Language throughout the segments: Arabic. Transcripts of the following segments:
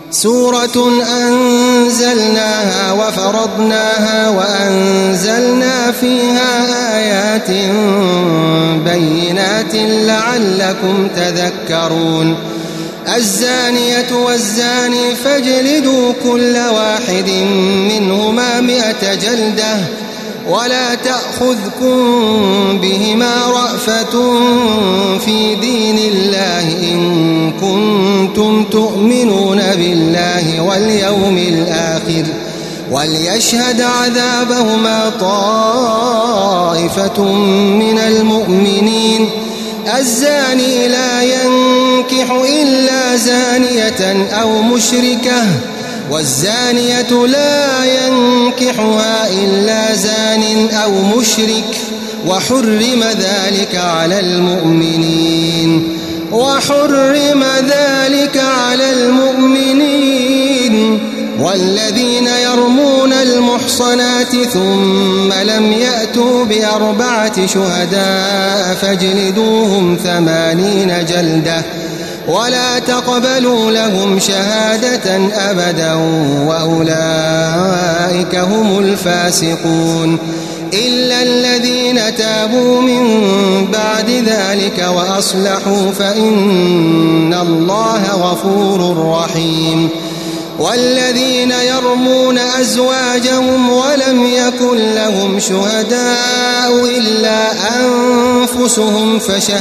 سورة أنزلناها وفرضناها وأنزلنا فيها آيات بينات لعلكم تذكرون. الزانية والزاني فاجلدوا كل واحد منهما 100 جلدة ولا تأخذكم بهما رأفة في دين الله إن كنتم تؤمنون بالله واليوم الآخر وليشهد عذابهما طائفة من المؤمنين. الزاني لا ينكح إلا زانية أو مشركة والزانية لا ينكحها إلا زان أو مشرك وحرم ذلك على المؤمنين. والذين يرمون المحصنات ثم لم يأتوا ب4 شهداء فاجلدوهم 80 جلدة ولا تقبلوا لهم شهادة أبدا وأولئك هم الفاسقون. إلا الذين تابوا من بعد ذلك وأصلحوا فإن الله غفور رحيم. والذين يرمون أزواجهم ولم يكن لهم شهداء إلا أنفسهم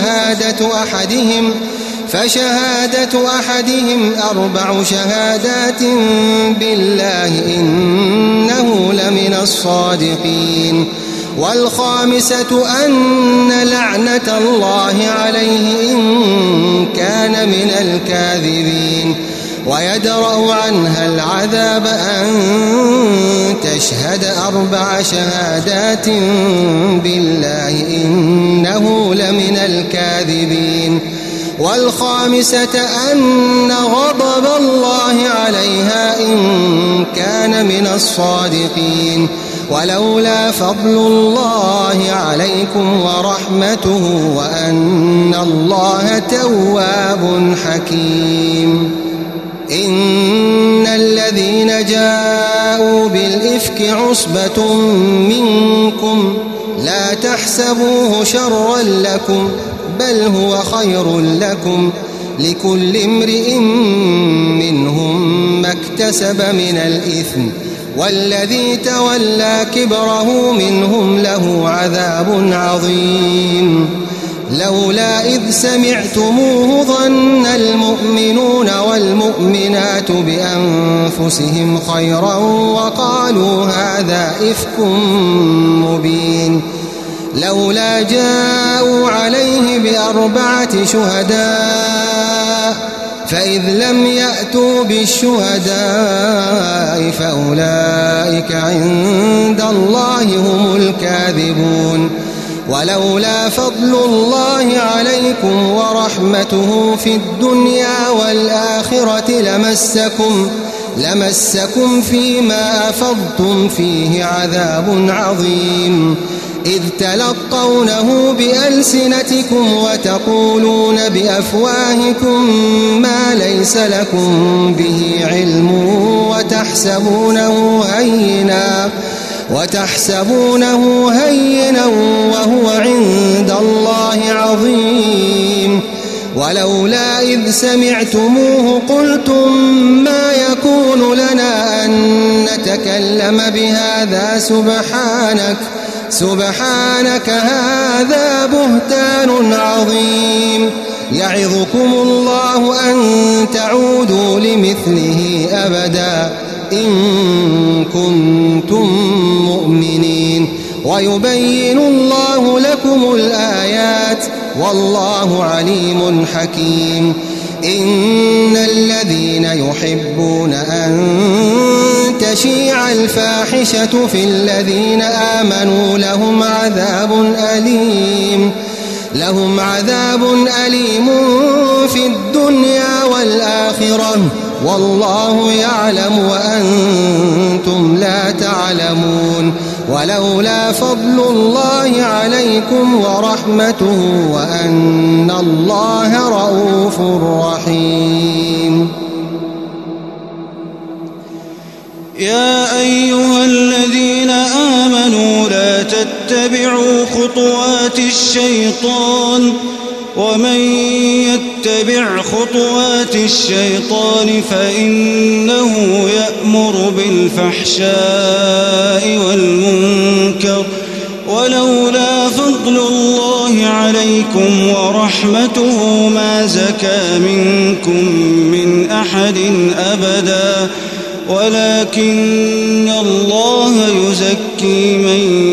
فشهادة أحدهم 4 شهادات بالله إنه لمن الصادقين. والخامسة أن لعنة الله عليه إن كان من الكاذبين. ويدرأ عنها العذاب أن تشهد 4 شهادات بالله إنه لمن الكاذبين. والخامسة أن غضب الله عليها إن كان من الصادقين. ولولا فضل الله عليكم ورحمته وأن الله تواب حكيم. إن الذين جاءوا بالإفك عصبة منكم لا تحسبوه شرا لكم بل هو خير لكم لكل امرئ منهم ما اكتسب من الإثم والذي تولى كبره منهم له عذاب عظيم. لولا إذ سمعتموه ظن المؤمنون والمؤمنات بأنفسهم خيرا وقالوا هذا إفك مبين. لولا جاءوا عليه ب4 شهداء فإذ لم يأتوا بالشهداء فأولئك عند الله هم الكاذبون. ولولا فضل الله عليكم ورحمته في الدنيا والآخرة لمسكم فيما أفضتم فيه عذاب عظيم. إذ تلقونه بألسنتكم وتقولون بأفواهكم ما ليس لكم به علم وتحسبونه هينا وهو عند الله عظيم. ولولا إذ سمعتموه قلتم ما يكون لنا أن نتكلم بهذا سبحانك هذا بهتان عظيم. يعظكم الله أن تعودوا لمثله أبدا إن كنتم مؤمنين. ويبين الله لكم الآيات والله عليم حكيم. إن الذين يحبون أن تشيع الفاحشة في الذين آمنوا لهم عذاب أليم في الدنيا والآخرة والله يعلم وأنتم لا تعلمون. ولولا فضل الله عليكم ورحمته وأن الله رؤوف رحيم. يا أيها الذين آمنوا لا تتبعوا خطوات الشيطان ومن يتبع خطوات الشيطان فإنه يأمر بالفحشاء والمنكر ولولا فضل الله عليكم ورحمته ما زكى منكم من أحد أبدا ولكن الله يزكي من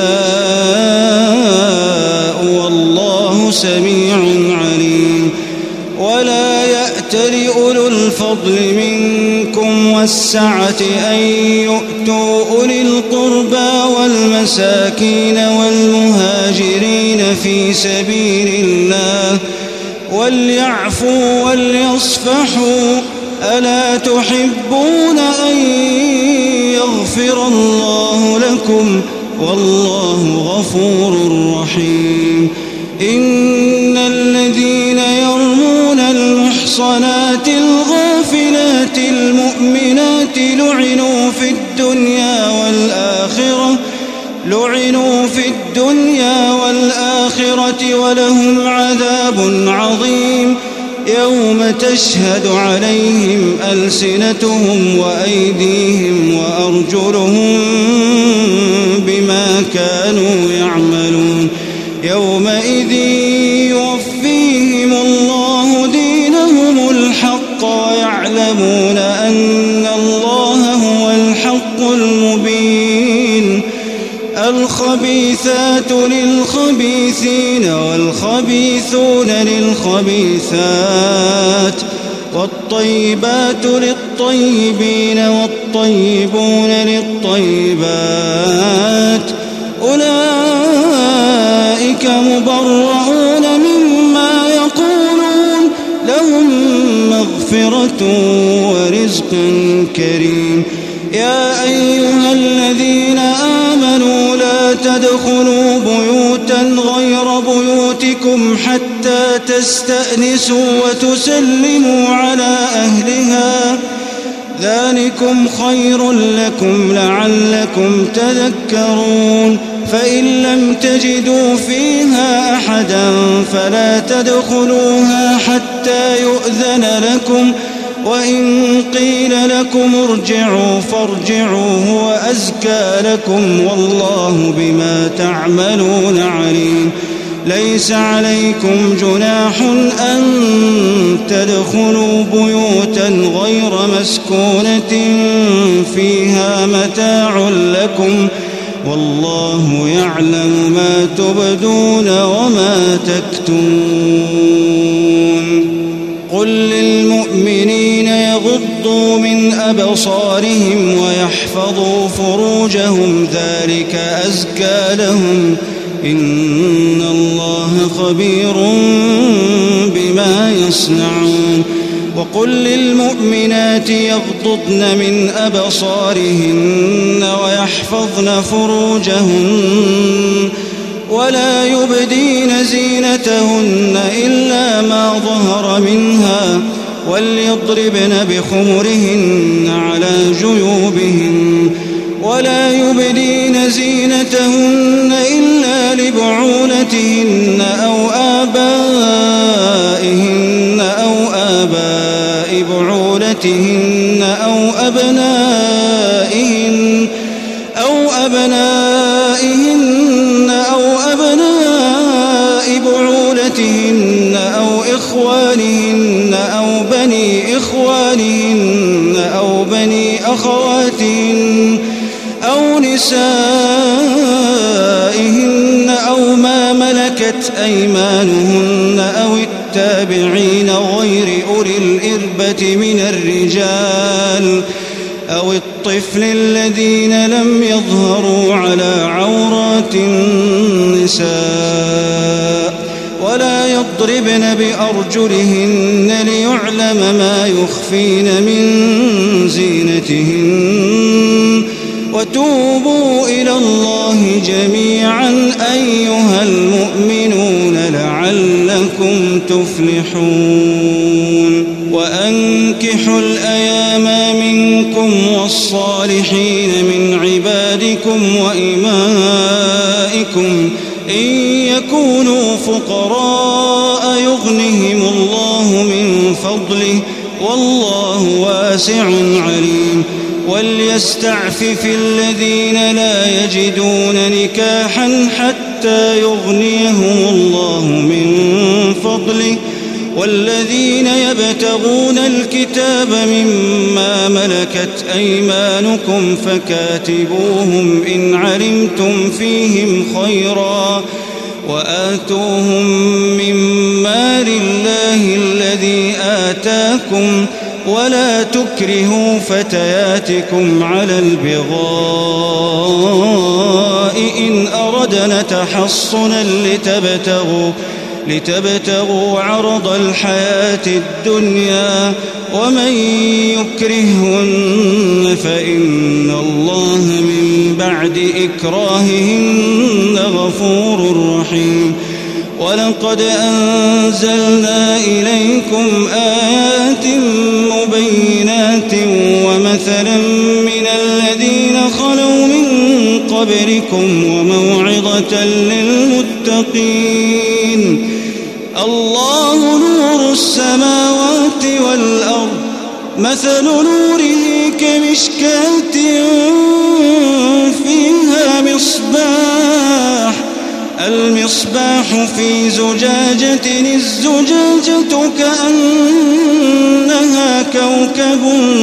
يشاء والله سميع عليم. ولا يأتل أولو الفضل منكم والسعة أن يؤتوا أولي القربى والمساكين والمهاجرين في سبيل الله وليعفوا وليصفحوا ألا تحبون أن يغفر الله لكم والله غفور رحيم. إن الذين يرمون المحصنات الغافلات المؤمنات لعنوا في الدنيا والآخرة ولهم عذاب عظيم يوم تشهد عليهم ألسنتهم وأيديهم وأرجلهم بما كانوا يعملون. يومئذ يوفيهم الله دينهم الحق ويعلمون أن الله هو الحق المبين. الخبيثات للخبيثين والخبيثون للخبيثات والطيبات للطيبين والطيبون للطيبات أولئك مبرؤون مما يقولون لهم مغفرة ورزق كريم. يا أيها الذين آمنوا لا تدخلوا بيوتا غير بيوتكم حتى تستأنسوا وتسلموا على أهلها ذلكم خير لكم لعلكم تذكرون. فإن لم تجدوا فيها أحدا فلا تدخلوها حتى يؤذن لكم وإن قيل لكم ارجعوا فارجعوا هو أزكى لكم والله بما تعملون عليم. ليس عليكم جناح أن تدخلوا بيوتا غير مسكونة فيها متاع لكم والله يعلم ما تبدون وما تكتمون. قل للمؤمنين يغضوا من أبصارهم ويحفظوا فروجهم ذلك أزكى لهم إن الله خبير بما يصنعون. وقل للمؤمنات يغضضن من أبصارهن ويحفظن فروجهن ولا يبدين زينتهن إلا ما ظهر منها وليضربن بخمرهن على جيوبهن ولا يبدين زينتهن إلا لبعولتهن أو آبائهن أو آباء بعولتهن أو أبنائهن أو أبناء بعولتهن أو إخوانهن أو بني إخوانهن أو بني أخواتهن أو نسائهن أو ما ملكت أيمانهن أو التابعين غير أولي الإربة من الرجال أو الطفل الذين لم يظهروا على عورات النساء ولا يضربن بأرجلهن ليعلم ما يخفين من زينتهن. وتوبوا إلى الله جميعا أيها المؤمنون لعلكم تفلحون. وأنكحوا الأيام منكم والصالحين من عبادكم وإمائكم إن يكونوا فقراء يغنهم الله من فضله والله واسع عليم وليستعفف الذين لا يجدون نكاحا حتى يغنيهم الله من فضله والذين يبتغون الكتاب مما ملكت أيمانكم فكاتبوهم إن علمتم فيهم خيرا وآتوهم من مال الله الذي آتاكم ولا تكرهوا فتياتكم على البغاء إن أردنا تحصنا لتبتغوا عرض الحياة الدنيا ومن يكرههن فإن الله من بعد إكراههن غفور رحيم ولقد أنزلنا إليكم آيات مبينات ومثلا من الذين خلوا من قبلكم وموعظة للمتقين الله نور السماوات والأرض مثل نوره كمشكاة فيها المصباح في زجاجة الزجاجة كأنها كوكب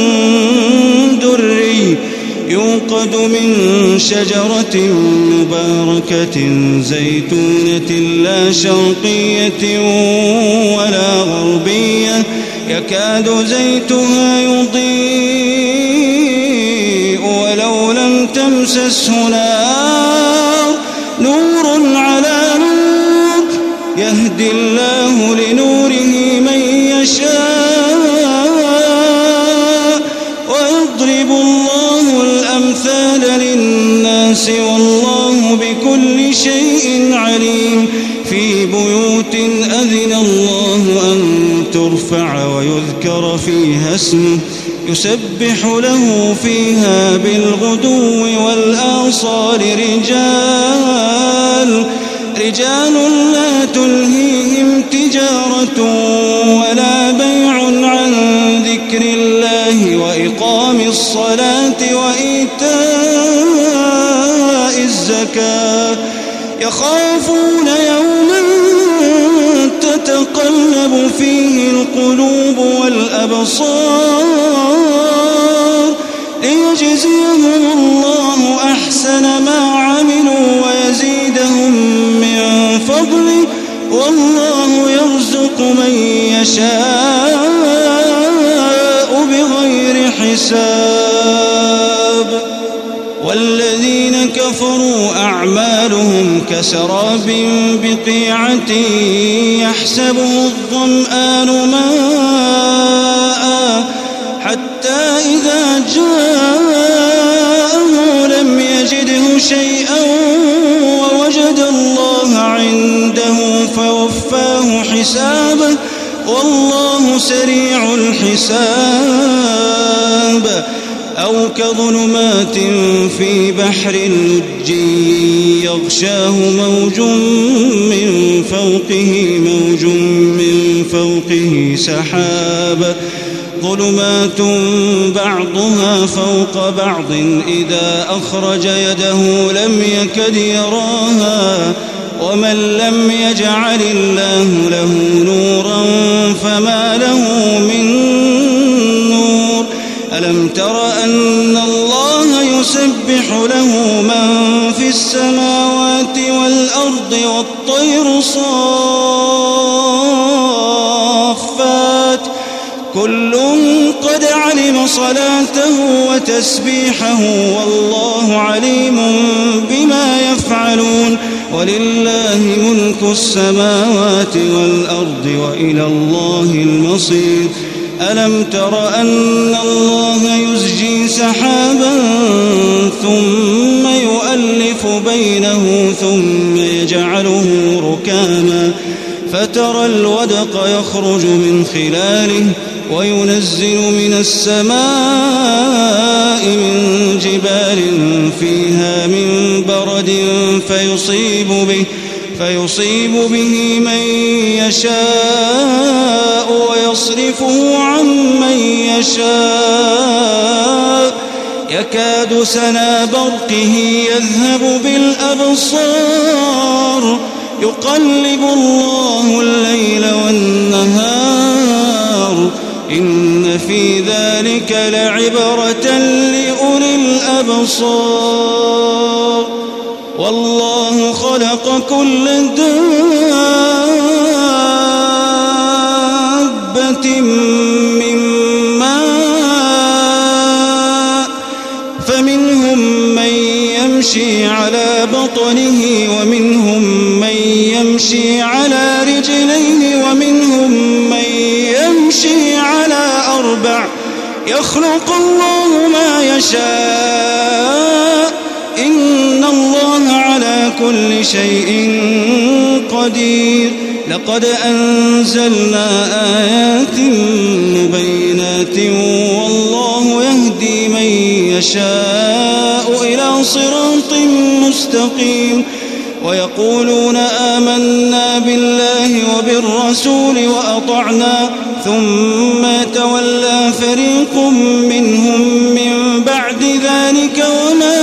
دري يوقد من شجرة مباركة زيتونة لا شرقية ولا غربية يكاد زيتها يضيء ولو لم تمسسه نار نور على نور يهدي الله لنوره من يشاء ويضرب الله الأمثال للناس والله بكل شيء عليم في بيوت أذن الله أن ترفع ويذكر فيها اسمه يسبح له فيها بالغدو والآصال رجال لا تلهيهم تجارة ولا بيع عن ذكر الله وإقام الصلاة وإيتاء الزكاة يخافون يوما تتقلب فيه القلوب والأبصار ليجزيهم الله أحسن ما عملوا ويزيدهم من فضله والله يرزق من يشاء بغير حساب والذين كفروا أعمالهم كسراب بقيعة يحسبه الظمآن ماء حتى إذا جاءه لم يجده شيئا ووجد الله عنده فوفاه حسابه والله سريع الحساب أو كظلمات في بحر لج يغشاه موج من فوقه سحاب ظلمات بعضها فوق بعض إذا أخرج يده لم يكد يراها ومن لم يجعل الله له نورا فما له من نور ألم تر أن الله يسبح له من في السماوات والأرض والطير صافات كل قد علم صلاته وتسبيحه والله عليم بما يفعلون ولله ملك السماوات والأرض وإلى الله المصير ألم تر أن الله يزجي سحابا ثم يؤلف بينه ثم يجعله ركاما فترى الودق يخرج من خلاله وينزل من السماء من جبال فيها من برد فيصيب به من يشاء ويصرفه عن من يشاء يكاد سنا برقه يذهب بالأبصار يقلب الله الليل والنهار إن في ذلك لعبرة لأولي الأبصار والله خلق كل دابة من ماء فمنهم من يمشي على بطنه ومنهم من يمشي على رجليه ومنهم من يمشي على أربع يخلق الله ما يشاء إن الله على كل شيء قدير لقد أنزلنا آيات مبينات والله يهدي من يشاء إلى صراط مستقيم ويقولون آمنا بالله وبالرسول وأطعنا ثم يتولى فريق منهم من بعد ذلك وما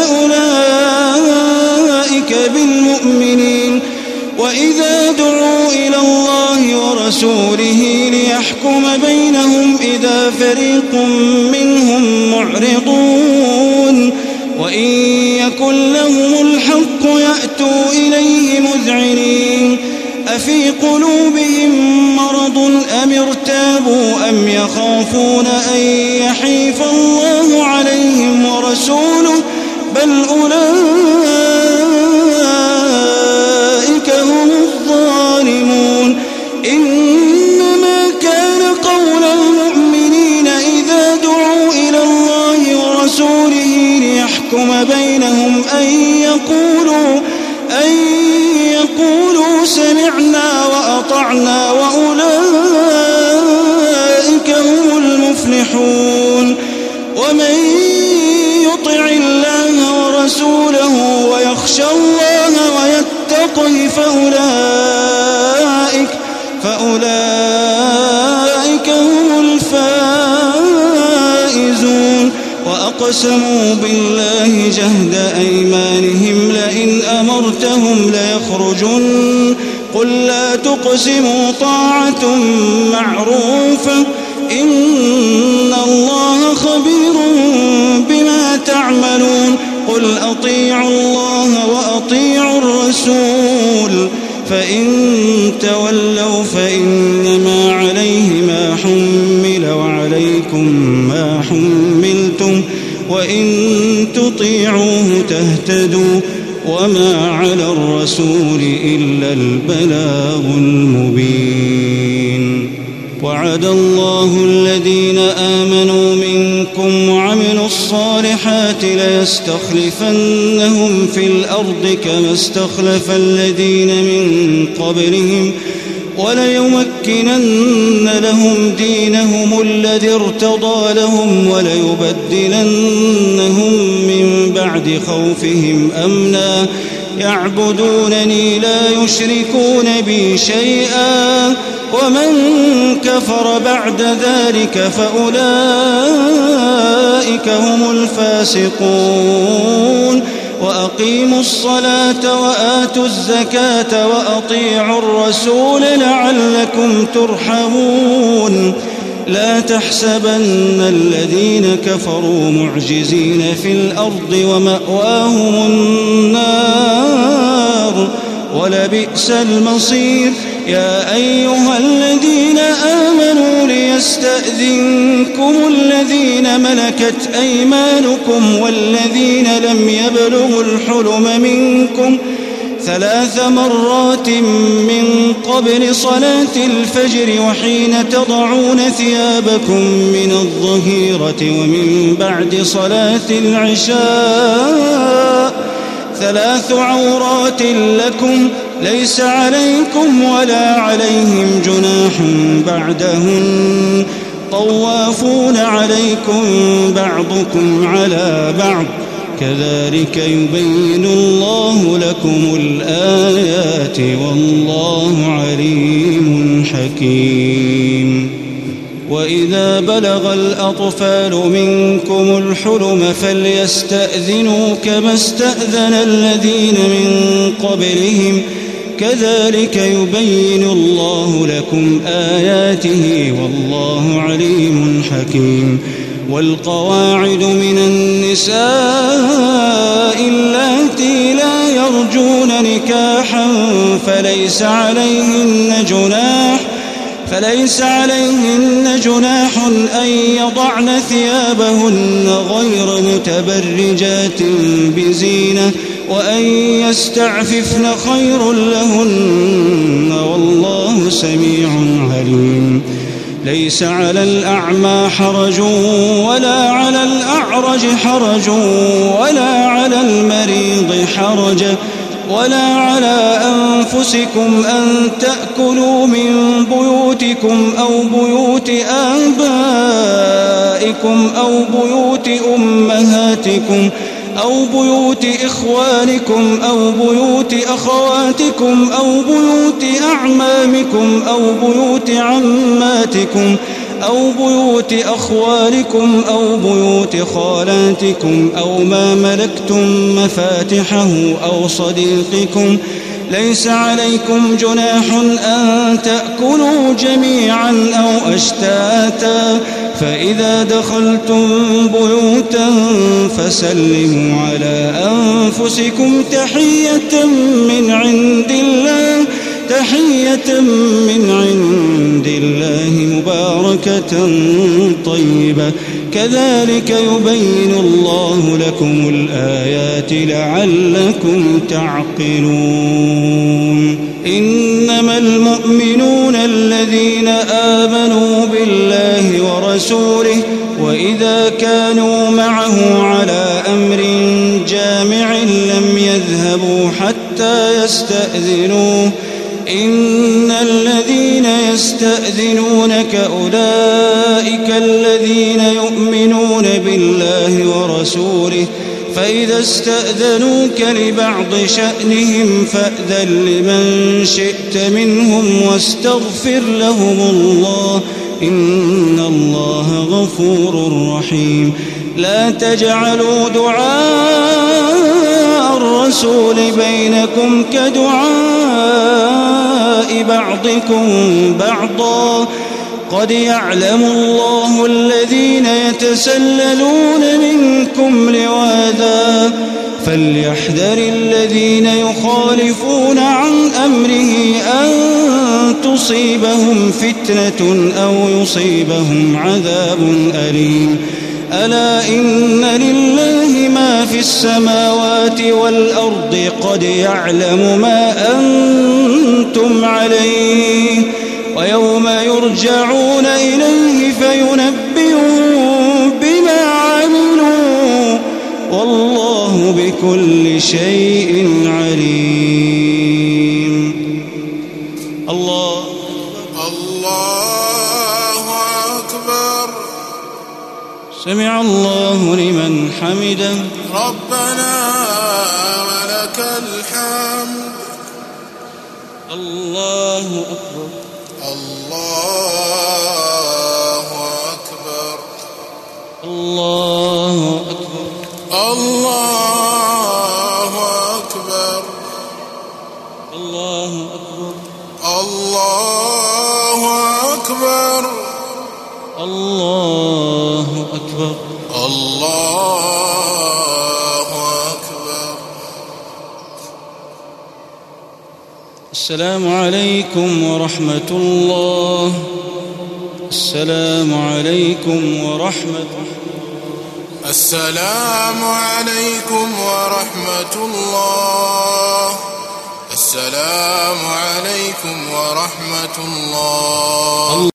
أولئك بالمؤمنين وإذا دعوا إلى الله ورسوله ليحكم بينهم إذا فريق منهم معرضون وإن يكن لهم الحق يأتوا إليه مذعنين أفي قلوبهم مرض أم ارتابوا أم يخافون أن يحيف الله عليهم ورسوله بل أولئك هم الظالمون إنما كان قول المؤمنين إذا دعوا إلى الله ورسوله ليحكم بينهم أن يقولوا سمعنا وأطعنا وأولئك هم المفلحون ومن يطع الله ورسوله ويخشى الله ويتقه فأولئك هم الفائزون وأقسموا بالله جهد أيمانهم لئن أمرتهم ليخرجن قل لا تقسموا طاعة معروفة إن الله خبير بما تعملون قل أطيعوا الله وأطيعوا الرسول فإن تولوا فإنما عليه ما حمل وعليكم ما حملتم وإن تطيعوه تهتدوا وما على الرسول إلا البلاغ المبين وعد الله الذين آمنوا منكم وعملوا الصالحات ليستخلفنهم في الأرض كما استخلف الذين من قبلهم وليمكنن لهم دينهم الذي ارتضى لهم وليبدلنهم من بعد خوفهم أمنا يعبدونني لا يشركون بي شيئا ومن كفر بعد ذلك فأولئك هم الفاسقون وأقيموا الصلاة وآتوا الزكاة وأطيعوا الرسول لعلكم ترحمون لا تحسبن الذين كفروا معجزين في الأرض ومأواهم النار ولبئس المصير يا أيها الذين آمنوا ليستأذنكم الذين ملكت أيمانكم والذين لم يبلغوا الحلم منكم 3 مرات من قبل صلاة الفجر وحين تضعون ثيابكم من الظهيرة ومن بعد صلاة العشاء 3 عورات لكم ليس عليكم ولا عليهم جناح بعدهن طوافون عليكم بعضكم على بعض كذلك يبين الله لكم الآيات والله عليم حكيم. وإذا بلغ الأطفال منكم الحلم فليستأذنوا كما استأذن الذين من قبلهم كذلك يبين الله لكم آياته والله عليم حكيم. والقواعد من النساء اللاتي لا يرجون نكاحا فليس عليهن جناح أن يضعن ثيابهن غير متبرجات بزينة وأن يستعففن خير لهن والله سميع عليم. ليس على الأعمى حرج ولا على الأعرج حرج ولا على المريض حرج ولا على أنفسكم أن تأكلوا من بيوتكم أو بيوت آبائكم أو بيوت أمهاتكم أو بيوت إخوانكم أو بيوت أخواتكم أو بيوت أعمامكم أو بيوت عماتكم أو بيوت أخوالكم أو بيوت خالاتكم أو ما ملكتم مفاتحه أو صديقكم. ليس عليكم جناح أن تأكلوا جميعا أو أشتاتا فإذا دخلتم بيوتا فسلموا على أنفسكم تحية من عند الله مباركة طيبة كذلك يبين الله لكم الآيات لعلكم تعقلون. إنما المؤمنون الذين آمنوا بالله ورسوله وإذا كانوا معه على أمر جامع لم يذهبوا حتى يستأذنوه إن الذين يستأذنونك أولئك الذين يؤمنون بالله ورسوله فإذا استأذنوك لبعض شأنهم فأذن لمن شئت منهم واستغفر لهم الله إن الله غفور رحيم. لا تجعلوا دعاء الرسول بينكم كدعاء بعضكم بعضا قد يعلم الله الذين يتسللون منكم لواذا فليحذر الذين يخالفون عن أمره أن تصيبهم فتنة أو يصيبهم عذاب أليم. ألا إن لله ما في السماوات والأرض قد يعلم ما أنتم عليه ويوم يرجعون إليه فينبئهم بما عملوا والله بكل شيء عليم. الله أكبر. سمع الله لمن حمده. ربنا ولك الحمد. الله أكبر. الله أكبر. الله أكبر. الله أكبر. الله أكبر. الله أكبر. الله أكبر. الله أكبر. السلام عليكم ورحمة الله. السلام عليكم ورحمة الله. السلام عليكم ورحمة الله. السلام عليكم ورحمة الله.